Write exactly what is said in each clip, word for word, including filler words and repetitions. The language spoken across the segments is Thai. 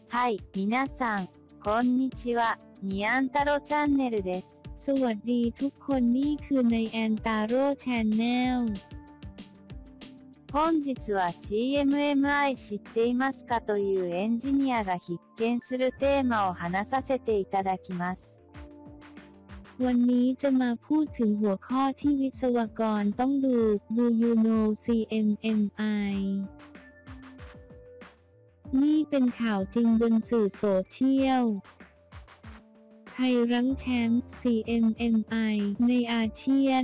はい、皆さん、こんにちは、ニアンタロチャンネルです。 สวัสดีทุกคนนี่คือในแอนตาโร่แชนแนล本日は シーエムエムアイ 知っていますかというエンジニアが必見するテーマを話させていただきます。 วันนี้จะมาพูดถึงหัวข้อที่วิศวกรต้องดู Do you know ซี เอ็ม เอ็ม ไอ นี่เป็นข่าวจริงบนสื่อโซเชียลไทยรั้งแชมป์ ซี เอ็ม เอ็ม ไอ ในอาเซียน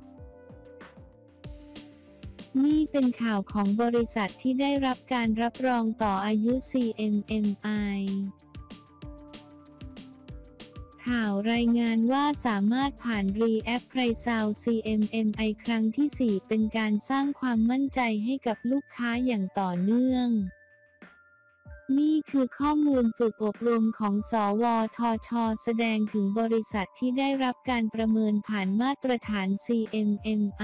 นี่เป็นข่าวของบริษัทที่ได้รับการรับรองต่ออายุ ซี เอ็ม เอ็ม ไอ ข่าวรายงานว่าสามารถผ่าน Reappraisal ซี เอ็ม เอ็ม ไอ ครั้งที่ สี่ เป็นการสร้างความมั่นใจให้กับลูกค้าอย่างต่อเนื่องนี่คือข้อมูลฝึกอบรมของสวทช.แสดงถึงบริษัทที่ได้รับการประเมินผ่านมาตรฐาน ซี เอ็ม เอ็ม ไอ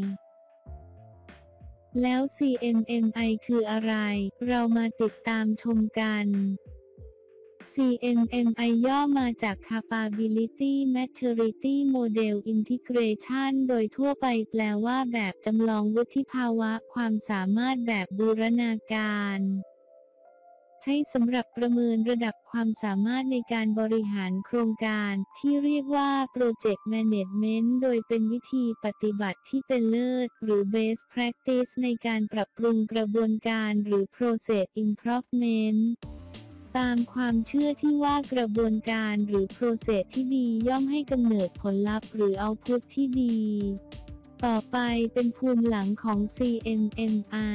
แล้ว ซี เอ็ม เอ็ม ไอ คืออะไร เรามาติดตามชมกัน ซี เอ็ม เอ็ม ไอ ย่อมาจาก Capability Maturity Model Integration โดยทั่วไปแปลว่าแบบจำลองวุฒิภาวะความสามารถแบบบูรณาการใช้สำหรับประเมินระดับความสามารถในการบริหารโครงการที่เรียกว่า Project Management โดยเป็นวิธีปฏิบัติที่เป็นเลิศหรือ Best Practice ในการปรับปรุงกระบวนการหรือ Process Improvement ตามความเชื่อที่ว่ากระบวนการหรือ Process ที่ดีย่อมให้กำเนิดผลลัพธ์หรือ Output ที่ดี ต่อไปเป็นภูมิหลังของ ซี เอ็ม เอ็ม ไอ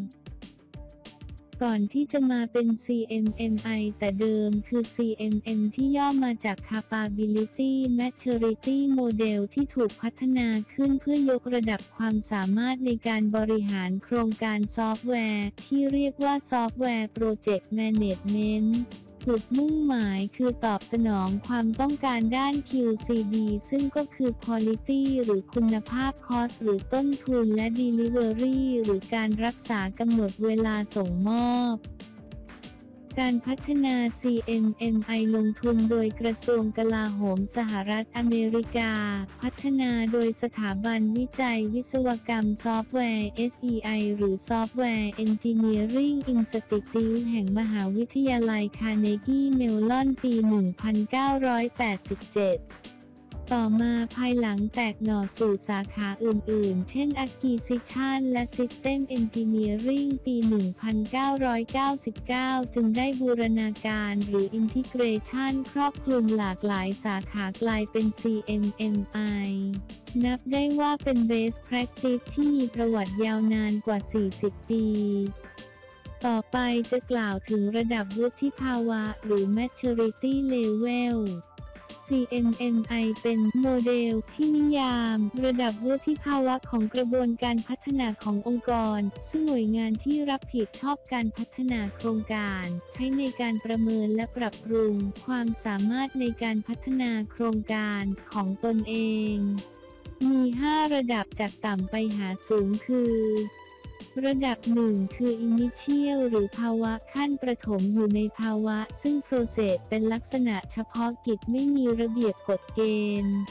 ก่อนที่จะมาเป็น ซี เอ็ม เอ็ม ไอ แต่เดิมคือ ซี เอ็ม เอ็ม ที่ย่อมาจาก Capability Maturity Model ที่ถูกพัฒนาขึ้นเพื่อยกระดับความสามารถในการบริหารโครงการซอฟต์แวร์ที่เรียกว่า Software Project Managementจุดมุ่งหมายคือตอบสนองความต้องการด้าน คิว ซี ดี ซึ่งก็คือ Quality หรือคุณภาพ Cost หรือต้นทุนและ Delivery หรือการรักษากำหนดเวลาส่งมอบการพัฒนา ซี เอ็ม เอ็ม ไอ ลงทุนโดยกระทรวงกลาโหมสหรัฐอเมริกาพัฒนาโดยสถาบันวิจัยวิศวกรรมซอฟต์แวร์ เอส อี ไอ หรือ Software Engineering Institute แห่งมหาวิทยาลัยคาร์เนกีเมลลอนปี หนึ่งพันเก้าร้อยแปดสิบเจ็ด ต่อมาภายหลังแตกหน่อสู่สาขาอื่นๆ เช่น Acquisition และ System Engineering ปี หนึ่งพันเก้าร้อยเก้าสิบเก้า จึงได้บูรณาการหรือ Integration ครอบคลุมหลากหลายสาขากลายเป็น ซี เอ็ม เอ็ม ไอ นับได้ว่าเป็น Best Practice ที่มีประวัติยาวนานกว่า สี่สิบ ปี ต่อไปจะกล่าวถึงระดับวุฒิภาวะหรือ Maturity Levelซี เอ็ม เอ็ม ไอ เป็นโมเดลที่นิยามระดับวุฒิภาวะของกระบวนการพัฒนาขององค์กรซึ่งหน่วยงานที่รับผิดชอบการพัฒนาโครงการใช้ในการประเมินและปรับปรุงความสามารถในการพัฒนาโครงการของตนเองมีห้าระดับจากต่ำไปหาสูงคือระดับหนึ่งคือ Initial หรือภาวะขั้นประถมอยู่ในภาวะซึ่ง Process เป็นลักษณะเฉพาะกิจไม่มีระเบียบกฎเกณฑ์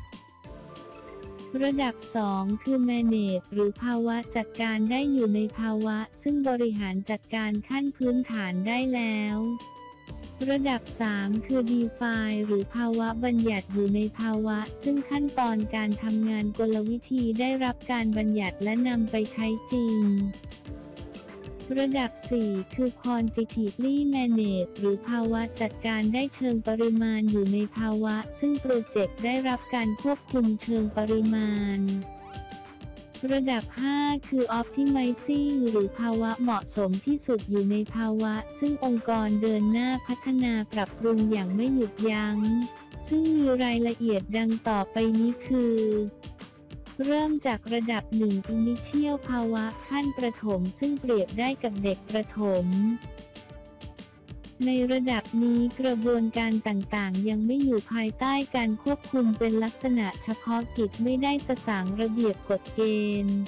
ระดับสองคือ Manage หรือภาวะจัดการได้อยู่ในภาวะซึ่งบริหารจัดการขั้นพื้นฐานได้แล้วระดับสามคือ Define หรือภาวะบัญญัติอยู่ในภาวะซึ่งขั้นตอนการทำงานกลวิธีได้รับการบัญญัติและนำไปใช้จริงระดับสี่คือ Quantitatively Manage หรือภาวะจัดการได้เชิงปริมาณอยู่ในภาวะซึ่งโปรเจกต์ได้รับการควบคุมเชิงปริมาณระดับห้าคือ Optimizing หรือภาวะเหมาะสมที่สุดอยู่ในภาวะซึ่งองค์กรเดินหน้าพัฒนาปรับปรุงอย่างไม่หยุดยัง้งซึ่งมีรายละเอียดดังต่อไปนี้คือเริ่มจากระดับหนึ่ง Initial ภาวะขั้นประถมซึ่งเปรียบได้กับเด็กประถมในระดับนี้กระบวนการต่างๆยังไม่อยู่ภายใต้การควบคุมเป็นลักษณะเฉพาะกิจไม่ได้สสางระเบียบกฎเกณฑ์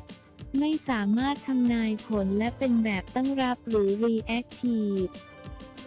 ไม่สามารถทำนายผลและเป็นแบบตั้งรับหรือ reactive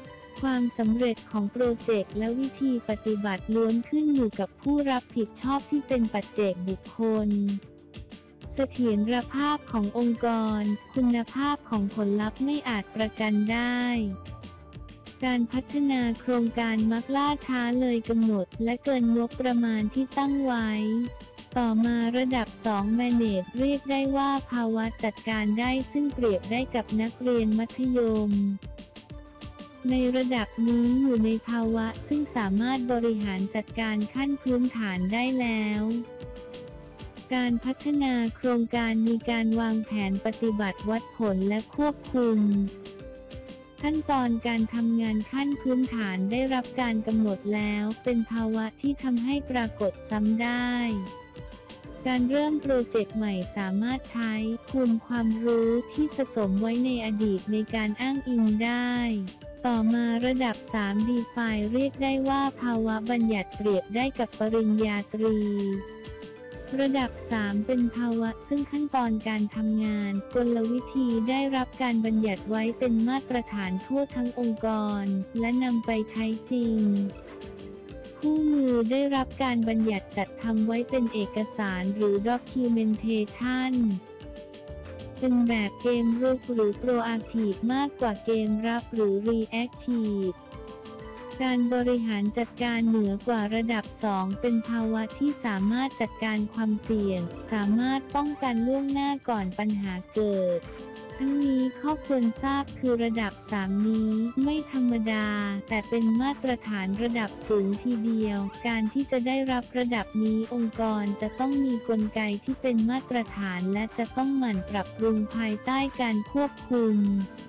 ความสำเร็จของโปรเจกต์และวิธีปฏิบัติล้วนขึ้นอยู่กับผู้รับผิดชอบที่เป็นปัจเจกบุคคลเสถียรภาพขององค์กรคุณภาพของผลลัพธ์ไม่อาจประกันได้การพัฒนาโครงการมักล่าช้าเลยกำหนดและเกินงบประมาณที่ตั้งไว้ต่อมาระดับสอง Manage เรียกได้ว่าภาวะจัดการได้ซึ่งเปรียบได้กับนักเรียนมัธยมในระดับนี้อยู่ในภาวะซึ่งสามารถบริหารจัดการขั้นพื้นฐานได้แล้วการพัฒนาโครงการมีการวางแผนปฏิบัติวัดผลและควบคุมขั้นตอนการทำงานขั้นพื้นฐานได้รับการกำหนดแล้วเป็นภาวะที่ทำให้ปรากฏซ้ำได้การเริ่มโปรเจกต์ใหม่สามารถใช้ภูมิความรู้ที่สะสมไว้ในอดีตในการอ้างอิงได้ต่อมาระดับสาม Define เรียกได้ว่าภาวะบัญญัติเปรียบได้กับปริญญาตรีระดับสามเป็นภาวะซึ่งขั้นตอนการทำงานกลวิธีได้รับการบัญญัติไว้เป็นมาตรฐานทั่วทั้งองค์กรและนำไปใช้จริงคู่มือได้รับการบัญญัติจัดทำไว้เป็นเอกสารหรือ Documentation เป็นแบบเกมรุกหรือ Proactive มากกว่าเกมรับหรือ Reactiveการบริหารจัดการเหนือกว่าระดับสองเป็นภาวะที่สามารถจัดการความเสี่ยงสามารถป้องกันล่วงหน้าก่อนปัญหาเกิดทั้งนี้ข้อควรทราบคือระดับสามนี้ไม่ธรรมดาแต่เป็นมาตรฐานระดับสูงทีเดียวการที่จะได้รับระดับนี้องค์กรจะต้องมีกลไกที่เป็นมาตรฐานและจะต้องหมั่นปรับปรุงภายใต้การควบคุม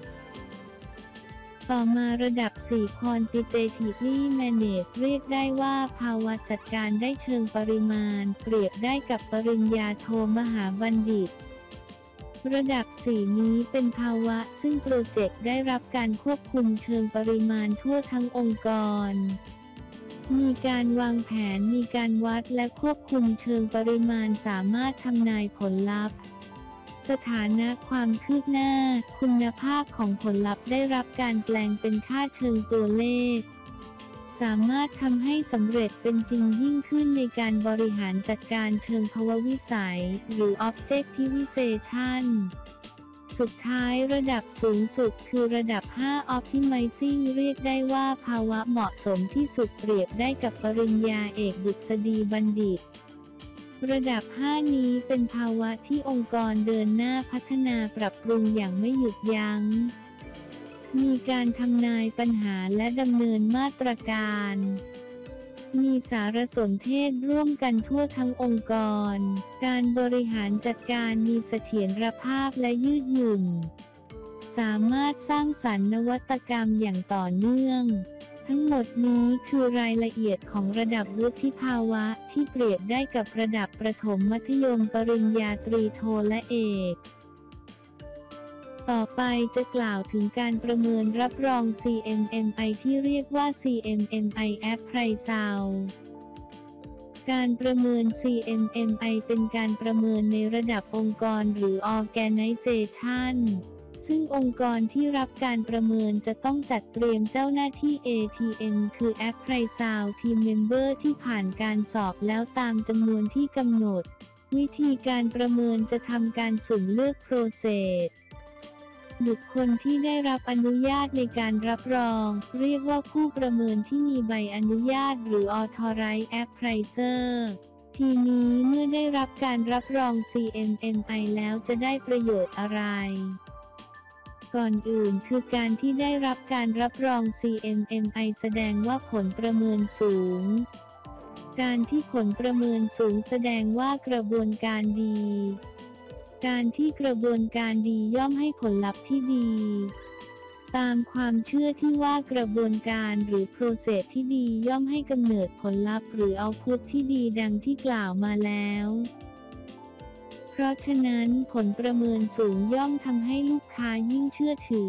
ต่อมาระดับสี่ Quantitatively Manage เรียกได้ว่าภาวะจัดการได้เชิงปริมาณเปรียบได้กับปริญญาโทมหาบัณฑิตระดับสี่นี้เป็นภาวะซึ่งโปรเจกต์ได้รับการควบคุมเชิงปริมาณทั่วทั้งองค์กรมีการวางแผนมีการวัดและควบคุมเชิงปริมาณสามารถทำนายผลลัพธ์สถานะความคืบหน้าคุณภาพของผลลัพธ์ได้รับการแปลงเป็นค่าเชิงตัวเลขสามารถทำให้สำเร็จเป็นจริงยิ่งขึ้นในการบริหารจัดการเชิงภววิสัยหรือ Objectivization สุดท้ายระดับสูงสุดคือระดับห้า Optimizing เรียกได้ว่าภาวะเหมาะสมที่สุดเปรียบได้กับปริญญาเอกดุษฎีบัณฑิตระดับห้านี้เป็นภาวะที่องค์กรเดินหน้าพัฒนาปรับปรุงอย่างไม่หยุดยัง้งมีการทำนายปัญหาและดำเนินมาตรการมีสารสนเทศร่วมกันทั่วทั้งองค์กรการบริหารจัดการมีเสถียรภาพและยืดหยุ่นสามารถสร้างสรรค์นวัตกรรมอย่างต่อเนื่องทั้งหมดนี้คือรายละเอียดของระดับวุฒิภาวะที่เปรียบได้กับระดับประถมมัธยมปริญญาตรีโทและเอกต่อไปจะกล่าวถึงการประเมินรับรอง ซี เอ็ม เอ็ม ไอ ที่เรียกว่า ซี เอ็ม เอ็ม ไอ Appraisal การประเมิน ซี เอ็ม เอ็ม ไอ เป็นการประเมินในระดับองค์กรหรือ Organizationซึ่งองค์กรที่รับการประเมินจะต้องจัดเตรียมเจ้าหน้าที่ เอ ที เอ็ม คือ Appraisal Team Member ที่ผ่านการสอบแล้วตามจำนวนที่กำหนดวิธีการประเมินจะทำการสุ่มเลือก Process บุคคลที่ได้รับอนุญาตในการรับรองเรียกว่าผู้ประเมินที่มีใบอนุญาตหรือ Authorized Appraiser ทีนี้เมื่อได้รับการรับรอง ซี เอ็ม เอ็ม ไอ แล้วจะได้ประโยชน์อะไรก่อนอื่นคือการที่ได้รับการรับรอง ซี เอ็ม เอ็ม ไอ แสดงว่าผลประเมินสูงการที่ผลประเมินสูงแสดงว่ากระบวนการดีการที่กระบวนการดีย่อมให้ผลลัพธ์ที่ดีตามความเชื่อที่ว่ากระบวนการหรือ process ที่ดีย่อมให้กำเนิดผลลัพธ์หรือ output ที่ดีดังที่กล่าวมาแล้วเพราะฉะนั้นผลประเมินสูงย่อมทำให้ลูกค้ายิ่งเชื่อถื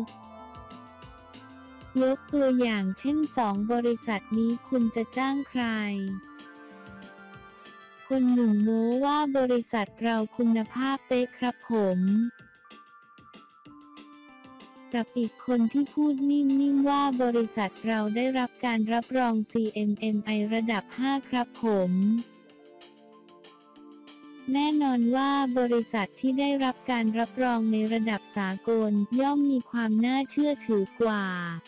อยกตัวอย่างเช่นสองบริษัทนี้คุณจะจ้างใครคนหนึ่งโม้ว่าบริษัทเราคุณภาพเป๊ะครับผมกับอีกคนที่พูดนิ่มๆว่าบริษัทเราได้รับการรับรอง ซี เอ็ม เอ็ม ไอ ระดับ ห้า ครับผม แน่นอนว่าบริษัทที่ได้รับการรับรองในระดับสากลย่อมมีความน่าเชื่อถือกว่า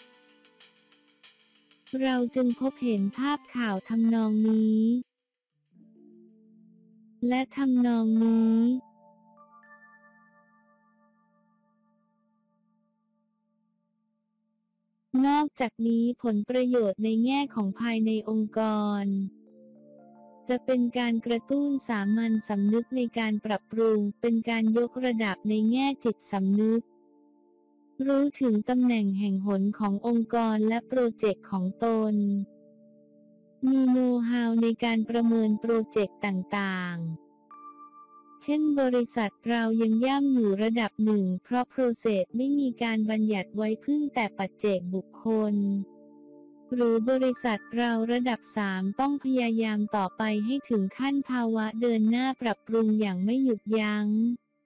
เราจึงพบเห็นภาพข่าวทำนองนี้ และทำนองนี้ นอกจากนี้ผลประโยชน์ในแง่ของภายในองค์กร จะเป็นการกระตุ้นสามัญสำนึกในการปรับปรุง เป็นการยกระดับในแง่จิตสำนึก รู้ถึงตำแหน่งแห่งหนขององค์กรและโปรเจกต์ของตน มีโน้ตฮาวในการประเมินโปรเจกต์ต่างๆ เช่นบริษัทเรายังย่ำอยู่ระดับหนึ่งเพราะโปรเซสไม่มีการบัญญัติไว้พึ่งแต่ปัจเจกบุคคล หรือบริษัทเราระดับสามต้องพยายามต่อไปให้ถึงขั้นภาวะเดินหน้าปรับปรุงอย่างไม่หยุดยัง้ง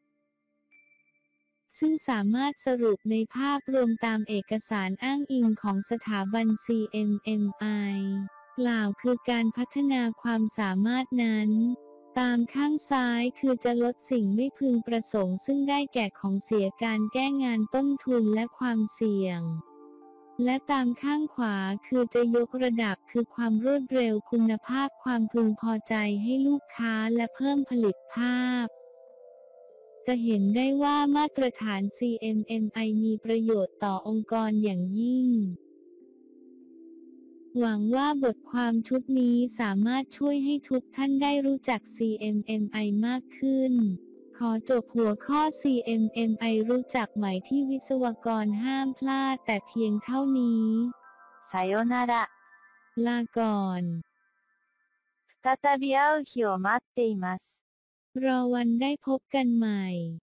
ซึ่งสามารถสรุปในภาพรวมตามเอกสารอ้างอิงของสถาบัน ซี เอ็ม เอ็ม ไอ กล่าวคือการพัฒนาความสามารถนั้น ตามข้างซ้ายคือจะลดสิ่งไม่พึงประสงค์ซึ่งได้แก่ของเสียการแก้งานต้นทุนและความเสี่ยง และตามข้างขวาคือจะยกระดับคือความรวดเร็วคุณภาพความพึงพอใจให้ลูกค้าและเพิ่มผลิตภาพ จะเห็นได้ว่ามาตรฐาน ซี เอ็ม เอ็ม ไอ มีประโยชน์ต่อองค์กรอย่างยิ่ง หวังว่าบทความชุดนี้สามารถช่วยให้ทุกท่านได้รู้จัก ซี เอ็ม เอ็ม ไอ มากขึ้น ขอจบหัวข้อ ซี เอ็ม เอ็ม ไอ รู้จักใหม่ที่วิศวกรห้ามพลาดแต่เพียงเท่านี้さよなら。 ลาก่อน再び会う日を待っています。 รอวันได้พบกันใหม่